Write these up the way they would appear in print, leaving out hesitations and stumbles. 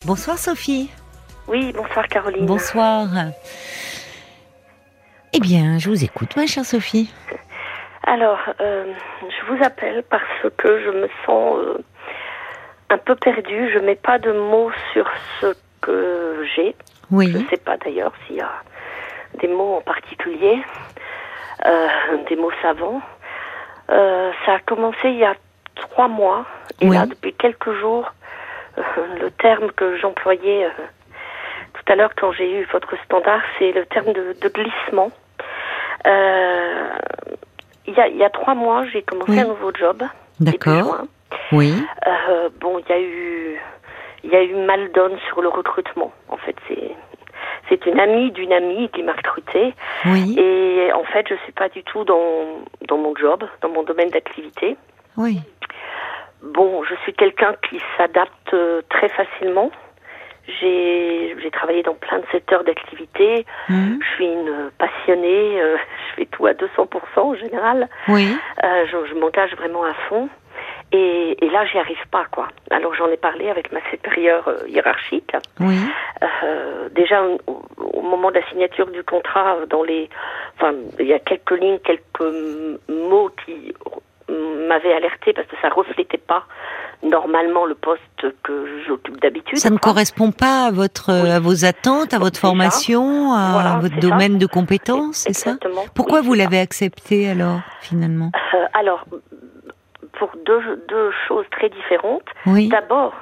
Bonsoir Sophie. Oui, bonsoir Caroline. Bonsoir. Eh bien, je vous écoute, ma chère Sophie. Alors, je vous appelle parce que je me sens un peu perdue. Je mets pas de mots sur ce que j'ai. Oui. Je ne sais pas d'ailleurs s'il y a des mots en particulier, des mots savants. Ça a commencé il y a 3 mois. Et Oui. là, depuis quelques jours, le terme que j'employais tout à l'heure quand j'ai eu votre standard, c'est le terme de glissement. Il y a 3 mois, j'ai commencé un nouveau job. D'accord. Début juin. Oui. Bon, il y a eu mal donne sur le recrutement. En fait, c'est une amie d'une amie qui m'a recrutée. Oui. Et en fait, je suis pas du tout dans mon job, dans mon domaine d'activité. Oui. Bon, je suis quelqu'un qui s'adapte très facilement. J'ai travaillé dans plein de secteurs d'activité. Je suis une passionnée. Je fais tout à 200% en général. Oui. Je m'engage vraiment à fond. Et là, j'y arrive pas, quoi. Alors, j'en ai parlé avec ma supérieure hiérarchique. Oui. Déjà, au moment de la signature du contrat, il y a quelques lignes, quelques mots qui m'avaient alerté parce que ça reflétait pas normalement le poste que j'occupe d'habitude. Ça ne correspond pas à à vos attentes, à votre formation, à votre domaine de compétences, c'est ça? Exactement. Pourquoi vous l'avez accepté alors, finalement? Alors, pour deux choses très différentes. Oui. D'abord,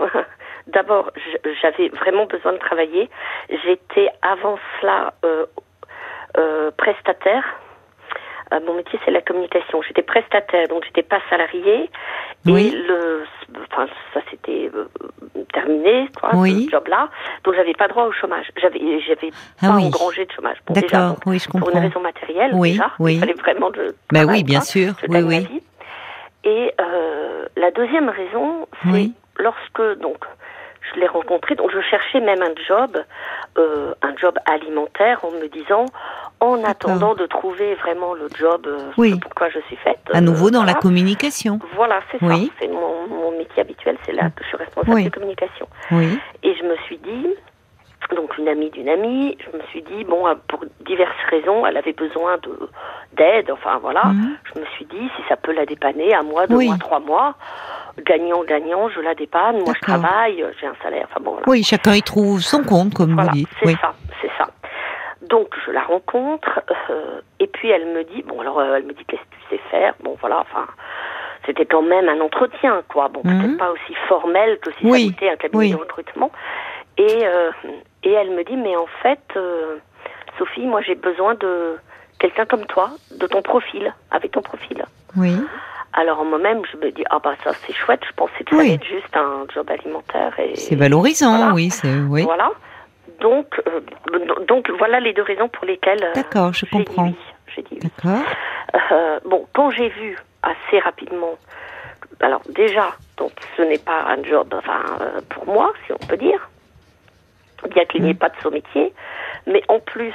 j'avais vraiment besoin de travailler. J'étais avant cela prestataire. Mon métier, c'est la communication. J'étais prestataire, donc j'étais pas salariée. Oui. Et ça s'était terminé, quoi, Oui. ce job-là. Donc j'avais pas droit au chômage. J'avais pas engrangé de chômage. Bon, D'accord. déjà, donc, Oui, je comprends. pour une raison matérielle, Oui. déjà. Oui. Il fallait vraiment de Bah travail, oui, bien quoi. sûr. Je Oui, gagne ma oui. vie. Et la deuxième raison, c'est Oui. lorsque donc je l'ai rencontré, donc je cherchais même un job alimentaire, en me disant, en attendant de trouver vraiment le job pourquoi je suis faite. À nouveau dans la voilà. communication. Voilà, c'est Oui. ça. C'est mon métier habituel, c'est là que je suis responsable de communication. Oui. Et je me suis dit, donc une amie d'une amie, je me suis dit, bon, pour diverses raisons, elle avait besoin d'aide, enfin voilà. Je me suis dit, si ça peut la dépanner, 1 mois, 2 mois, 3 mois, gagnant, je la dépanne, moi je travaille, j'ai un salaire, enfin bon. Voilà. Oui, chacun y trouve son compte, comme vous dites. C'est ça. Donc je la rencontre, et puis elle me dit, elle me dit, qu'est-ce que tu sais faire? Bon voilà, enfin, c'était quand même un entretien, quoi. Bon, peut-être pas aussi formel que si ça était un cabinet de recrutement. Et elle me dit, mais en fait, Sophie, moi j'ai besoin de quelqu'un comme toi, de ton profil, avec ton profil. Oui. Alors moi-même, je me dis, ça c'est chouette, je pensais que ça allait être juste un job alimentaire. C'est valorisant, voilà. Voilà. Donc voilà les 2 raisons pour lesquelles d'accord, je comprends. J'ai dit oui. D'accord. Quand j'ai vu assez rapidement, alors déjà, donc ce n'est pas un job, pour moi, si on peut dire, bien qu'il n'y ait pas de son métier, mais en plus,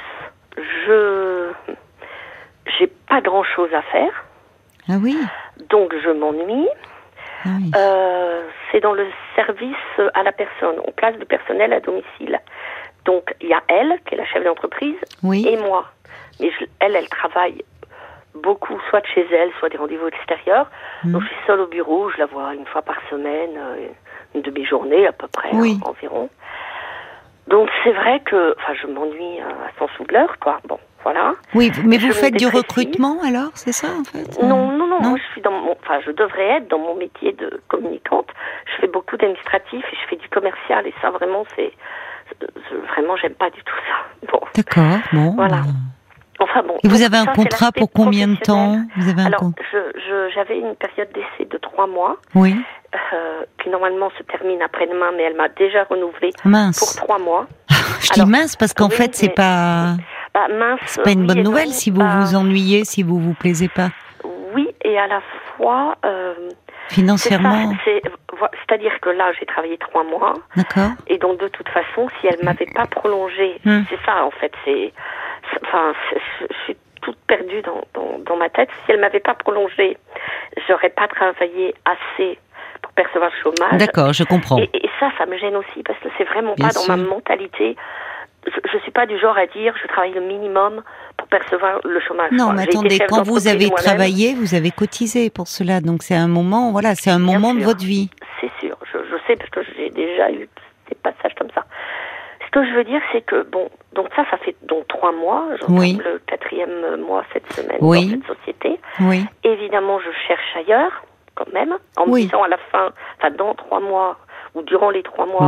j'ai pas grand-chose à faire. Ah oui. Donc je m'ennuie. Ah oui. C'est dans le service à la personne. On place du personnel à domicile. Donc il y a elle, qui est la chef d'entreprise, et moi. Mais elle travaille beaucoup, soit de chez elle, soit des rendez-vous extérieurs. Donc je suis seule au bureau, je la vois 1 fois par semaine, une demi-journée à peu près, environ. Donc c'est vrai que, je m'ennuie à 100 sous de l'heure, quoi. Bon, voilà. Oui, mais vous faites du recrutement alors, c'est ça en fait? Non. Moi, je suis je devrais être dans mon métier de communicante. Je fais beaucoup d'administratif et je fais du commercial, et ça vraiment vraiment j'aime pas du tout ça. Bon. D'accord. Bon. Voilà. Enfin bon. Et vous avez un contrat pour combien de temps? Vous avez j'avais une période d'essai de 3 mois. Oui. Qui normalement se termine après-demain, mais elle m'a déjà renouvelé pour 3 mois. Je dis mince parce qu'en fait c'est pas. C'est pas une bonne nouvelle si vous vous ennuyez, si vous vous plaisez pas. Oui, et à la fois. Financièrement. C'est-à-dire que là, j'ai travaillé 3 mois. D'accord. Et donc, de toute façon, si elle m'avait pas prolongé, c'est ça, en fait, je suis toute perdue dans ma tête. Si elle m'avait pas prolongé, j'aurais pas travaillé assez pour percevoir le chômage. D'accord, je comprends. Et ça me gêne aussi, parce que c'est vraiment pas dans ma mentalité. Je suis pas du genre à dire je travaille le minimum pour percevoir le chômage. Non, mais attendez, quand vous avez travaillé, vous avez cotisé pour cela, donc c'est un moment, c'est un moment de votre vie. C'est sûr, je sais, parce que j'ai déjà eu des passages comme ça. Ce que je veux dire, c'est que, donc ça fait donc 3 mois, j'entame le 4e mois cette semaine dans cette société. Oui. Évidemment, je cherche ailleurs, quand même, en me disant à la fin, dans 3 mois, ou durant les 3 mois,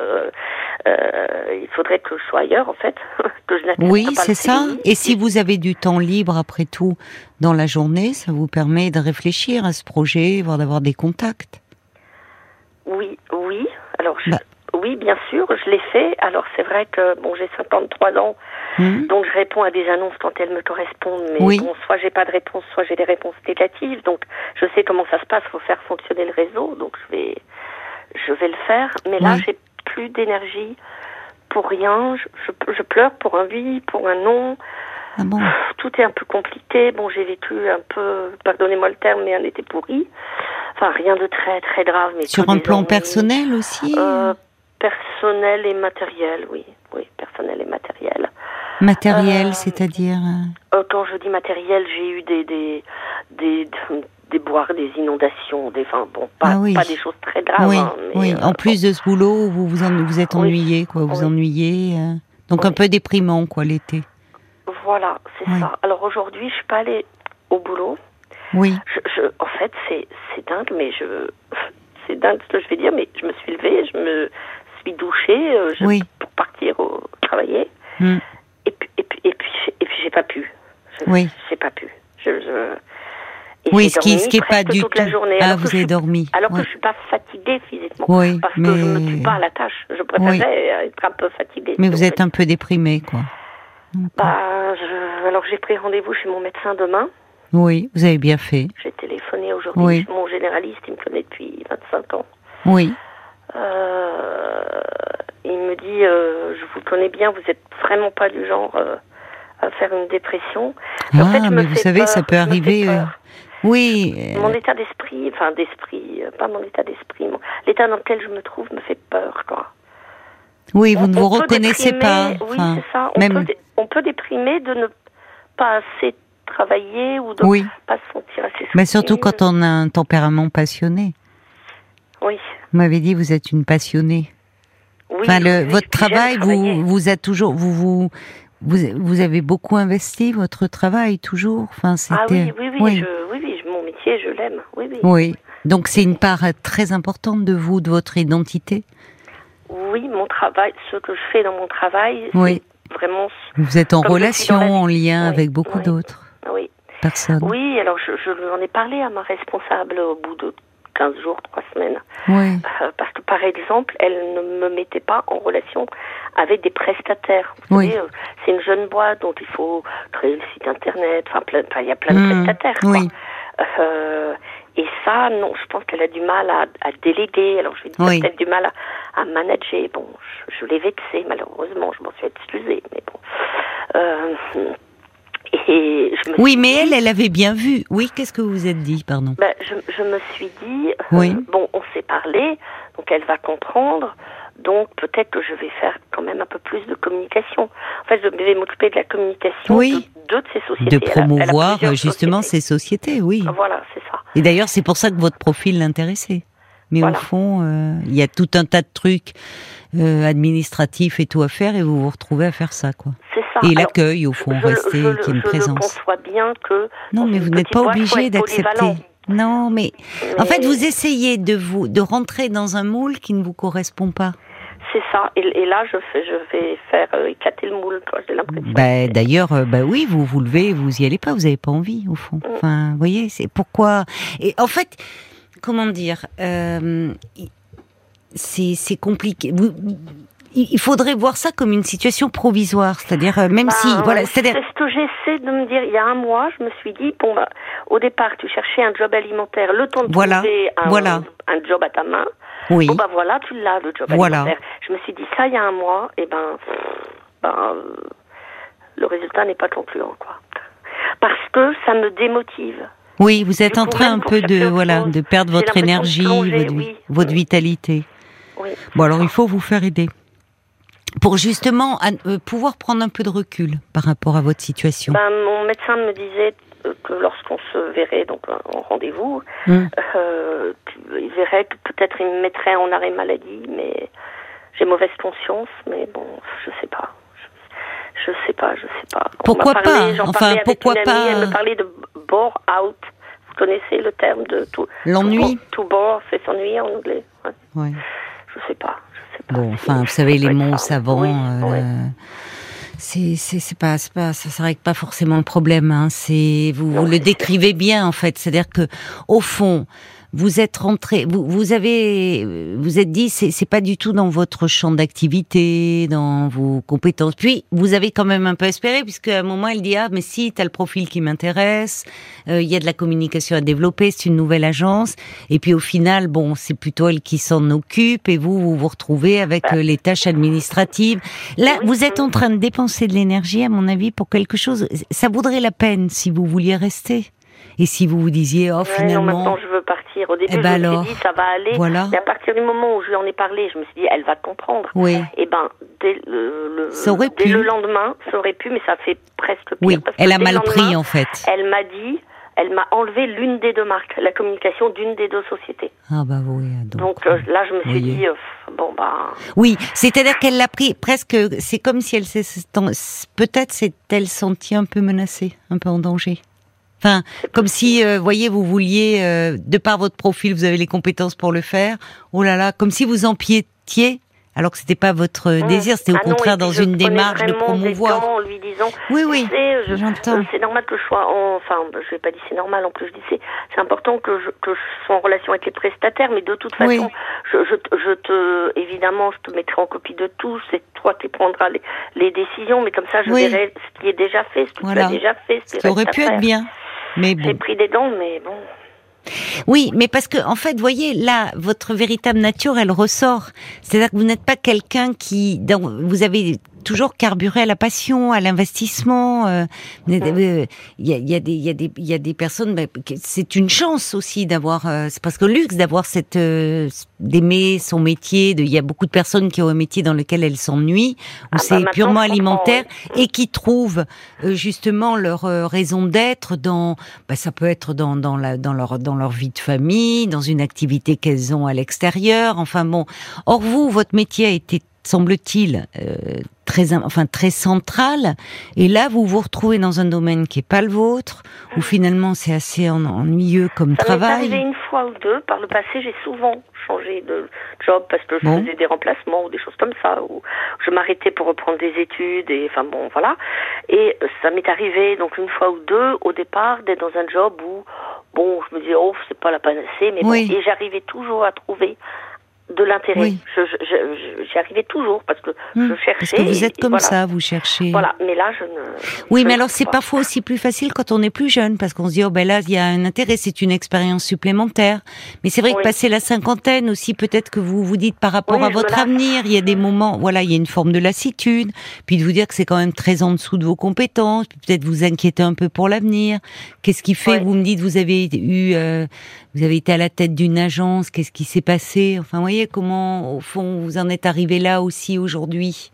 il faudrait que je sois ailleurs, en fait, que je n'accepte pas c'est ça. Et si vous avez du temps libre, après tout, dans la journée, ça vous permet de réfléchir à ce projet, voire d'avoir des contacts. Oui. Alors, oui, bien sûr, je l'ai fait. Alors, c'est vrai que, j'ai 53 ans, donc je réponds à des annonces quand elles me correspondent, mais soit j'ai pas de réponse, soit j'ai des réponses négatives. Donc, je sais comment ça se passe, il faut faire fonctionner le réseau, donc je vais le faire. Mais là, j'ai plus d'énergie pour rien. Je pleure pour un oui, pour un non. Ah bon. Tout est un peu compliqué. J'ai vécu un peu, pardonnez-moi le terme, mais un été pourri. Enfin, rien de très, très grave. Mais sur un plan personnel aussi personnel et matériel, oui, personnel et matériel. Matériel, c'est-à-dire quand je dis matériel, j'ai eu des boires, des inondations, pas des choses très graves. En plus de ce boulot, vous êtes ennuyé, vous ennuyez. Donc un peu déprimant, l'été. Voilà, c'est ça. Alors aujourd'hui, je suis pas allée au boulot. Oui. En fait, c'est dingue, mais c'est dingue ce que je vais dire, mais je me suis levée, je me suis douchée pour partir travailler. Et puis j'ai pas pu. J'ai pas pu. Ce qui est pas du tout. La journée, vous avez dormi. Alors que je suis pas fatiguée physiquement, parce que je me tue pas à la tâche. Je préférais être un peu fatiguée. Mais vous êtes un peu déprimée, Alors j'ai pris rendez-vous chez mon médecin demain. Oui, vous avez bien fait. J'ai téléphoné aujourd'hui. Mon généraliste, il me connaît depuis 25 ans. Oui. Il me dit, je vous connais bien, vous êtes vraiment pas du genre à faire une dépression. En fait, mais vous savez, ça peut arriver. Oui. Mon état d'esprit, pas mon état d'esprit, l'état dans lequel je me trouve me fait peur, Oui, vous ne vous reconnaissez pas. Oui, c'est ça. On peut déprimer de ne pas assez travailler ou de pas se sentir assez soutenu. Mais surtout quand on a un tempérament passionné. Oui. Vous m'avez dit, vous êtes une passionnée. Oui. Votre travail vous a toujours, vous avez beaucoup investi votre travail toujours. C'était. Oui. Mon métier, je l'aime. Oui. Donc c'est une part très importante de vous, de votre identité. Oui, mon travail, ce que je fais dans mon travail, c'est vraiment. Vous êtes en relation, en lien avec beaucoup d'autres personnes. Oui, alors je lui en ai parlé à ma responsable au bout de 15 jours, 3 semaines. Oui. Parce que, par exemple, elle ne me mettait pas en relation avec des prestataires. Vous savez, c'est une jeune boîte, donc il faut créer le site internet, il y a plein de prestataires. Oui. Et ça, non, je pense qu'elle a du mal à déléguer. Alors, je vais dire peut-être du mal à manager. Bon, je l'ai vexée, malheureusement. Je m'en suis excusée, mais bon. Et mais elle avait bien vu. Oui, qu'est-ce que vous vous êtes dit, pardon? Je me suis dit, on s'est parlé, donc elle va comprendre, donc peut-être que je vais faire quand même un peu plus de communication. En fait, je vais m'occuper de la communication de ces sociétés. De promouvoir justement ces sociétés, Voilà, c'est ça. Et d'ailleurs, c'est pour ça que votre profil l'intéressait. Mais au fond, il y a tout un tas de trucs administratifs et tout à faire, et vous vous retrouvez à faire ça, C'est ça. Et l'accueil, au fond, rester, qu'il y ait une présence. Je conçois bien que... Non, mais vous n'êtes pas obligé d'accepter. Non, mais en fait, vous essayez de rentrer dans un moule qui ne vous correspond pas. C'est ça. Et là, je vais faire éclater le moule, j'ai l'impression. D'ailleurs, vous vous levez, vous y allez pas, vous n'avez pas envie, au fond. Enfin, vous voyez, c'est pourquoi... Et en fait, comment dire... c'est compliqué. Il faudrait voir ça comme une situation provisoire, c'est-à-dire c'est-à-dire. C'est ce que j'essaie de me dire. Il y a un mois, je me suis dit au départ, tu cherchais un job alimentaire, le temps de trouver un job à ta main. Oui. Tu l'as, le job alimentaire. Je me suis dit ça il y a un mois, et le résultat n'est pas concluant, Parce que ça me démotive. Oui, vous êtes en train un peu de perdre votre énergie, votre vitalité. Oui, bon, alors il faut vous faire aider. Pour justement pouvoir prendre un peu de recul par rapport à votre situation. Mon médecin me disait que lorsqu'on se verrait donc en rendez-vous, il verrait que peut-être il me mettrait en arrêt maladie, mais j'ai mauvaise conscience, mais bon, je sais pas. Je sais pas. Pourquoi pas? Enfin, pourquoi pas? Elle me parlait de bore out. Vous connaissez le terme de tout. L'ennui. To bore, c'est s'ennuyer en anglais. Ouais. Je sais pas. Bon, enfin, vous savez, les mots savants, c'est pas, ça règle pas forcément le problème. Hein. Vous le décrivez bien en fait. C'est-à-dire que, au fond, vous êtes rentré, vous êtes dit, c'est pas du tout dans votre champ d'activité, dans vos compétences. Puis vous avez quand même un peu espéré, puisque à un moment elle dit mais si, t'as le profil qui m'intéresse, il y a de la communication à développer, c'est une nouvelle agence. Et puis au final, bon, c'est plutôt elle qui s'en occupe, et vous vous retrouvez avec les tâches administratives. Là, vous êtes en train de dépenser de l'énergie, à mon avis, pour quelque chose. Ça vaudrait la peine si vous vouliez rester. Et si vous vous disiez, finalement... Non, maintenant je veux partir. Au début, je me suis dit, ça va aller. Voilà. Mais à partir du moment où je lui en ai parlé, je me suis dit, elle va comprendre. Oui. Et dès le lendemain, ça aurait pu, mais ça fait presque pire. Oui, elle a mal pris, en fait. Elle m'a enlevé l'une des deux marques, la communication d'une des deux sociétés. Ah bah oui. Donc là, je me suis dit, Oui, c'est-à-dire qu'elle l'a pris presque... C'est comme si elle peut-être s'est-elle sentie un peu menacée, un peu en danger. Enfin, comme si, voyez, vous vouliez, de par votre profil, vous avez les compétences pour le faire. Oh là là, comme si vous empiétiez, alors que c'était pas votre désir, c'était au contraire dans une démarche de promouvoir. En lui disant, oui, j'entends. C'est normal que je sois, je vais pas dire c'est normal, en plus je dis c'est important que je sois en relation avec les prestataires, mais de toute façon, évidemment, je te mettrai en copie de tout. C'est toi qui prendras les décisions, mais comme ça, je verrai ce qui est déjà fait, ce que tu as déjà fait, ce qui aurait pu être bien. Mais bon. J'ai pris des dents, mais bon. Oui, mais parce que, en fait, voyez, là, votre véritable nature, elle ressort. C'est-à-dire que vous n'êtes pas quelqu'un vous avez toujours carburé à la passion, à l'investissement. Il y a des personnes, c'est une chance aussi d'avoir, c'est presque luxe d'avoir d'aimer son métier. Il y a beaucoup de personnes qui ont un métier dans lequel elles s'ennuient, où c'est purement alimentaire, et qui trouvent justement leur raison d'être ça peut être dans leur vie de famille, dans une activité qu'elles ont à l'extérieur. Enfin bon. Or votre métier a été, semble-t-il, très central, et là vous vous retrouvez dans un domaine qui est pas le vôtre, où finalement c'est assez ennuyeux comme travail. Ça m'est arrivé une fois ou deux. Par le passé, j'ai souvent changé de job parce que je faisais des remplacements ou des choses comme ça, ou je m'arrêtais pour reprendre des études, et voilà. Et ça m'est arrivé donc une fois ou deux au départ d'être dans un job où je me disais c'est pas la panacée, mais et j'arrivais toujours à trouver de l'intérêt. Oui. J'y arrivais toujours parce que je cherchais. Parce que vous êtes comme ça, vous cherchez. Voilà, mais là Oui, mais alors c'est parfois aussi plus facile quand on est plus jeune, parce qu'on se dit là il y a un intérêt, c'est une expérience supplémentaire. Mais c'est vrai que passer la cinquantaine aussi, peut-être que vous vous dites par rapport à votre avenir, il y a des moments, il y a une forme de lassitude, puis de vous dire que c'est quand même très en dessous de vos compétences, puis peut-être vous inquiéter un peu pour l'avenir. Qu'est-ce qui fait vous me dites vous avez été à la tête d'une agence, qu'est-ce qui s'est passé? Enfin, vous voyez comment, au fond, vous en êtes arrivé là aussi aujourd'hui?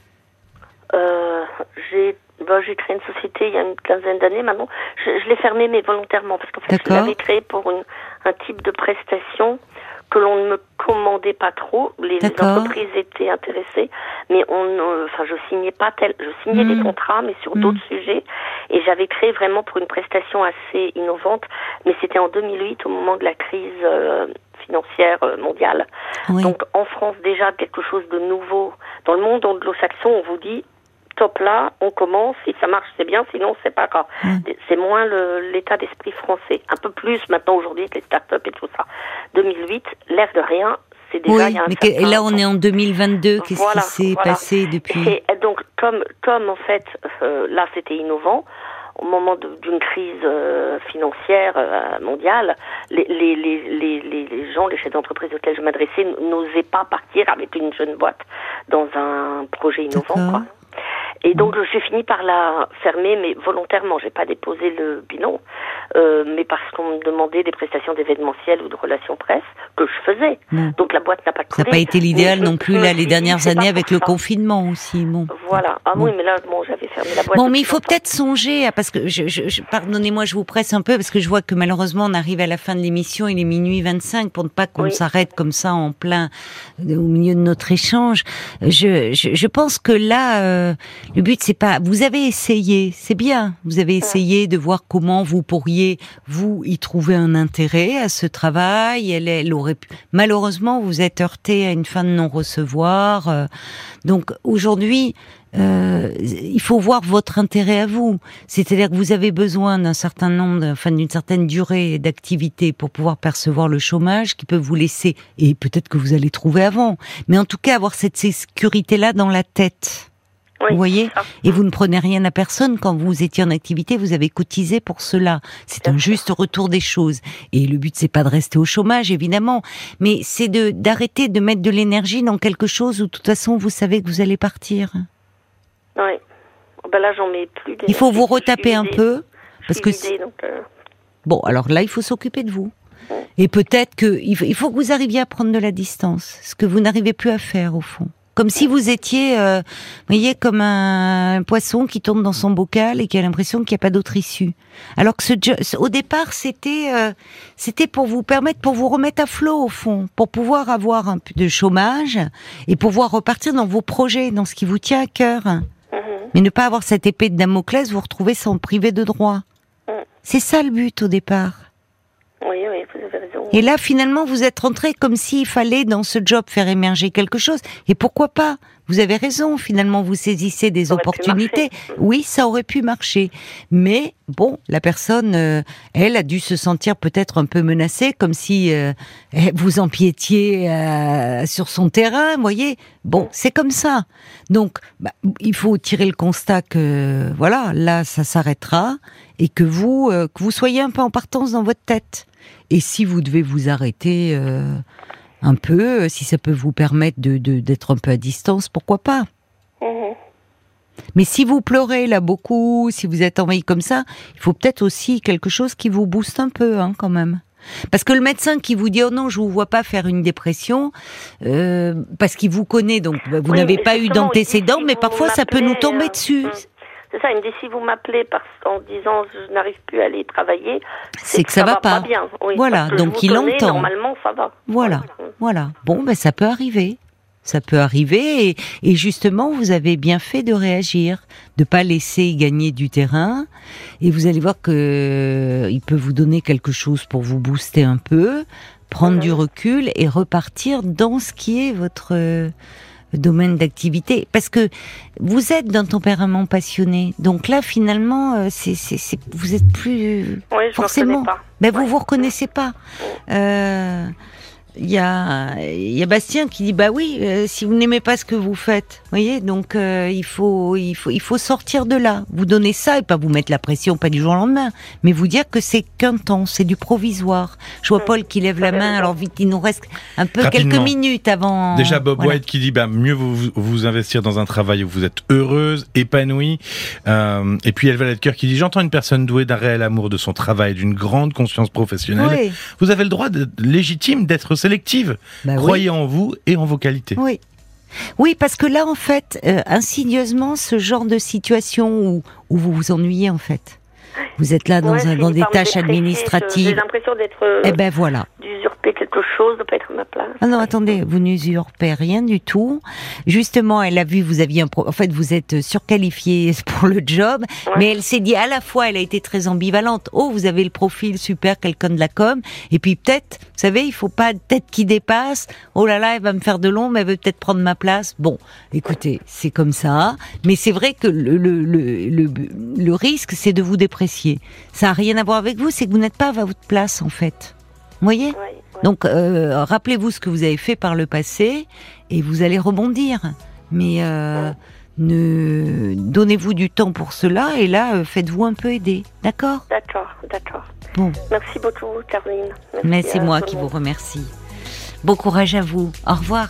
J'ai créé une société il y a une quinzaine d'années maintenant. Je l'ai fermée, mais volontairement, parce qu'en fait, je l'avais créée pour un type de prestation que l'on ne me commandait pas trop. Les entreprises étaient intéressées, mais je signais pas je signais des contrats, mais sur d'autres sujets. Et j'avais créé vraiment pour une prestation assez innovante, mais c'était en 2008, au moment de la crise financière mondiale. Oui. Donc en France, déjà quelque chose de nouveau. Dans le monde anglo-saxon, on vous dit top là, on commence, si ça marche c'est bien, sinon c'est pas grave. C'est moins l'état d'esprit français. Un peu plus maintenant aujourd'hui avec les startups et tout ça. 2008, l'air de rien, c'est déjà il y a et là on est en 2022, qu'est-ce qui s'est passé depuis? Et donc comme en fait là c'était innovant. Au moment d'une crise financière mondiale, les gens, les chefs d'entreprise auxquels je m'adressais n'osaient pas partir avec une jeune boîte dans un projet innovant, quoi. Et donc j'ai fini par la fermer, mais volontairement. J'ai pas déposé le bilan, mais parce qu'on me demandait des prestations d'événementiel ou de relations presse que je faisais. Donc la boîte n'a pas coulé. Ça n'a pas été l'idéal non plus là les dernières années avec le confinement aussi. Voilà. Oui, mais là j'avais fermé la boîte. Mais il faut peut-être songer parce que pardonnez-moi, je vous presse un peu parce que je vois que malheureusement on arrive à la fin de l'émission, il est minuit 25 pour ne pas qu'on s'arrête comme ça en plein au milieu de notre échange. Je pense que là le but c'est pas. Vous avez essayé, c'est bien. Vous avez essayé de voir comment vous pourriez vous y trouver un intérêt à ce travail. Elle aurait pu. Malheureusement, vous êtes heurté à une fin de non-recevoir. Donc aujourd'hui, il faut voir votre intérêt à vous. C'est-à-dire que vous avez besoin d'un certain nombre, d'une certaine durée d'activité pour pouvoir percevoir le chômage qui peut vous laisser, et peut-être que vous allez trouver avant, mais en tout cas avoir cette sécurité-là dans la tête. Oui, vous voyez, et vous ne prenez rien à personne quand vous étiez en activité, vous avez cotisé pour cela. C'est un juste retour des choses. Et le but, c'est pas de rester au chômage, évidemment, mais c'est d'arrêter de mettre de l'énergie dans quelque chose où, de toute façon, vous savez que vous allez partir. Oui. Ben là, j'en mets plus d'énergie. Il faut vous retaper un peu, parce que bon, alors là, il faut s'occuper de vous. Et peut-être il faut que vous arriviez à prendre de la distance, ce que vous n'arrivez plus à faire au fond. Comme si vous étiez, vous voyez, comme un poisson qui tourne dans son bocal et qui a l'impression qu'il n'y a pas d'autre issue. Alors que au départ, c'était pour vous permettre, pour vous remettre à flot au fond, pour pouvoir avoir un peu de chômage et pouvoir repartir dans vos projets, dans ce qui vous tient à cœur. Mais ne pas avoir cette épée de Damoclès, vous retrouver sans priver de droit. C'est ça le but au départ. Oui, vous avez raison. Et là, finalement, vous êtes rentré comme s'il fallait, dans ce job, faire émerger quelque chose. Et pourquoi pas ? Vous avez raison, finalement, vous saisissez des opportunités. Oui, ça aurait pu marcher. Mais, bon, la personne, elle a dû se sentir peut-être un peu menacée, comme si vous empiétiez sur son terrain, vous voyez. Bon, c'est comme ça. Donc, il faut tirer le constat que, voilà, là, ça s'arrêtera, et que vous soyez un peu en partance dans votre tête. Et si vous devez vous arrêter un peu, si ça peut vous permettre d'être un peu à distance, pourquoi pas ? Mais si vous pleurez là beaucoup, si vous êtes envahi comme ça, il faut peut-être aussi quelque chose qui vous booste un peu, quand même. Parce que le médecin qui vous dit « Oh non, je vous vois pas faire une dépression », parce qu'il vous connaît, donc vous n'avez pas eu d'antécédents, mais parfois ça peut nous tomber dessus. C'est ça, il me dit si vous m'appelez en disant je n'arrive plus à aller travailler, c'est que ça va pas bien. Oui, voilà, donc il entend. Normalement, ça va. Voilà. Bon, ça peut arriver. Ça peut arriver et justement, vous avez bien fait de réagir, de pas laisser gagner du terrain. Et vous allez voir que il peut vous donner quelque chose pour vous booster un peu, prendre du recul et repartir dans ce qui est votre domaine d'activité, parce que vous êtes d'un tempérament passionné. Donc là, finalement, vous êtes plus forcément. Vous reconnaissez pas. Il y a Bastien qui dit si vous n'aimez pas ce que vous faites, voyez, donc il faut sortir de là. Vous donner ça et pas vous mettre la pression, pas du jour au lendemain, mais vous dire que c'est qu'un temps, c'est du provisoire. Je vois Paul qui lève la main, alors vite, il nous reste un peu rapidement. Quelques minutes avant. Déjà Bob White qui dit mieux vous investir dans un travail où vous êtes heureuse, épanouie. Et puis Elva Ledker qui dit j'entends une personne douée d'un réel amour de son travail, d'une grande conscience professionnelle. Oui. Vous avez le droit légitime d'être sélective. Croyez en vous et en vos qualités. Oui, parce que là, en fait, insidieusement, ce genre de situation où vous vous ennuyez, en fait. Vous êtes là dans des tâches administratives. J'ai l'impression d'être voilà. d'usurper quelque chose, de pas être à ma place. Ah non, attendez, vous n'usurpez rien du tout. Justement, elle a vu, vous êtes surqualifié pour le job, mais elle s'est dit à la fois, elle a été très ambivalente. Oh, vous avez le profil super, quelqu'un de la com, et puis peut-être, vous savez, il faut pas tête qui dépasse. Oh là là, elle va me faire de l'ombre, elle veut peut-être prendre ma place. Bon, écoutez, c'est comme ça, mais c'est vrai que le risque, c'est de vous déprécier. Ça a rien à voir avec vous, c'est que vous n'êtes pas à votre place, en fait. Vous voyez ? Donc, rappelez-vous ce que vous avez fait par le passé et vous allez rebondir. Mais donnez-vous du temps pour cela et là, faites-vous un peu aider. D'accord ? D'accord. Bon. Merci beaucoup, Caroline. Mais c'est moi qui vous remercie. Bon courage à vous. Au revoir.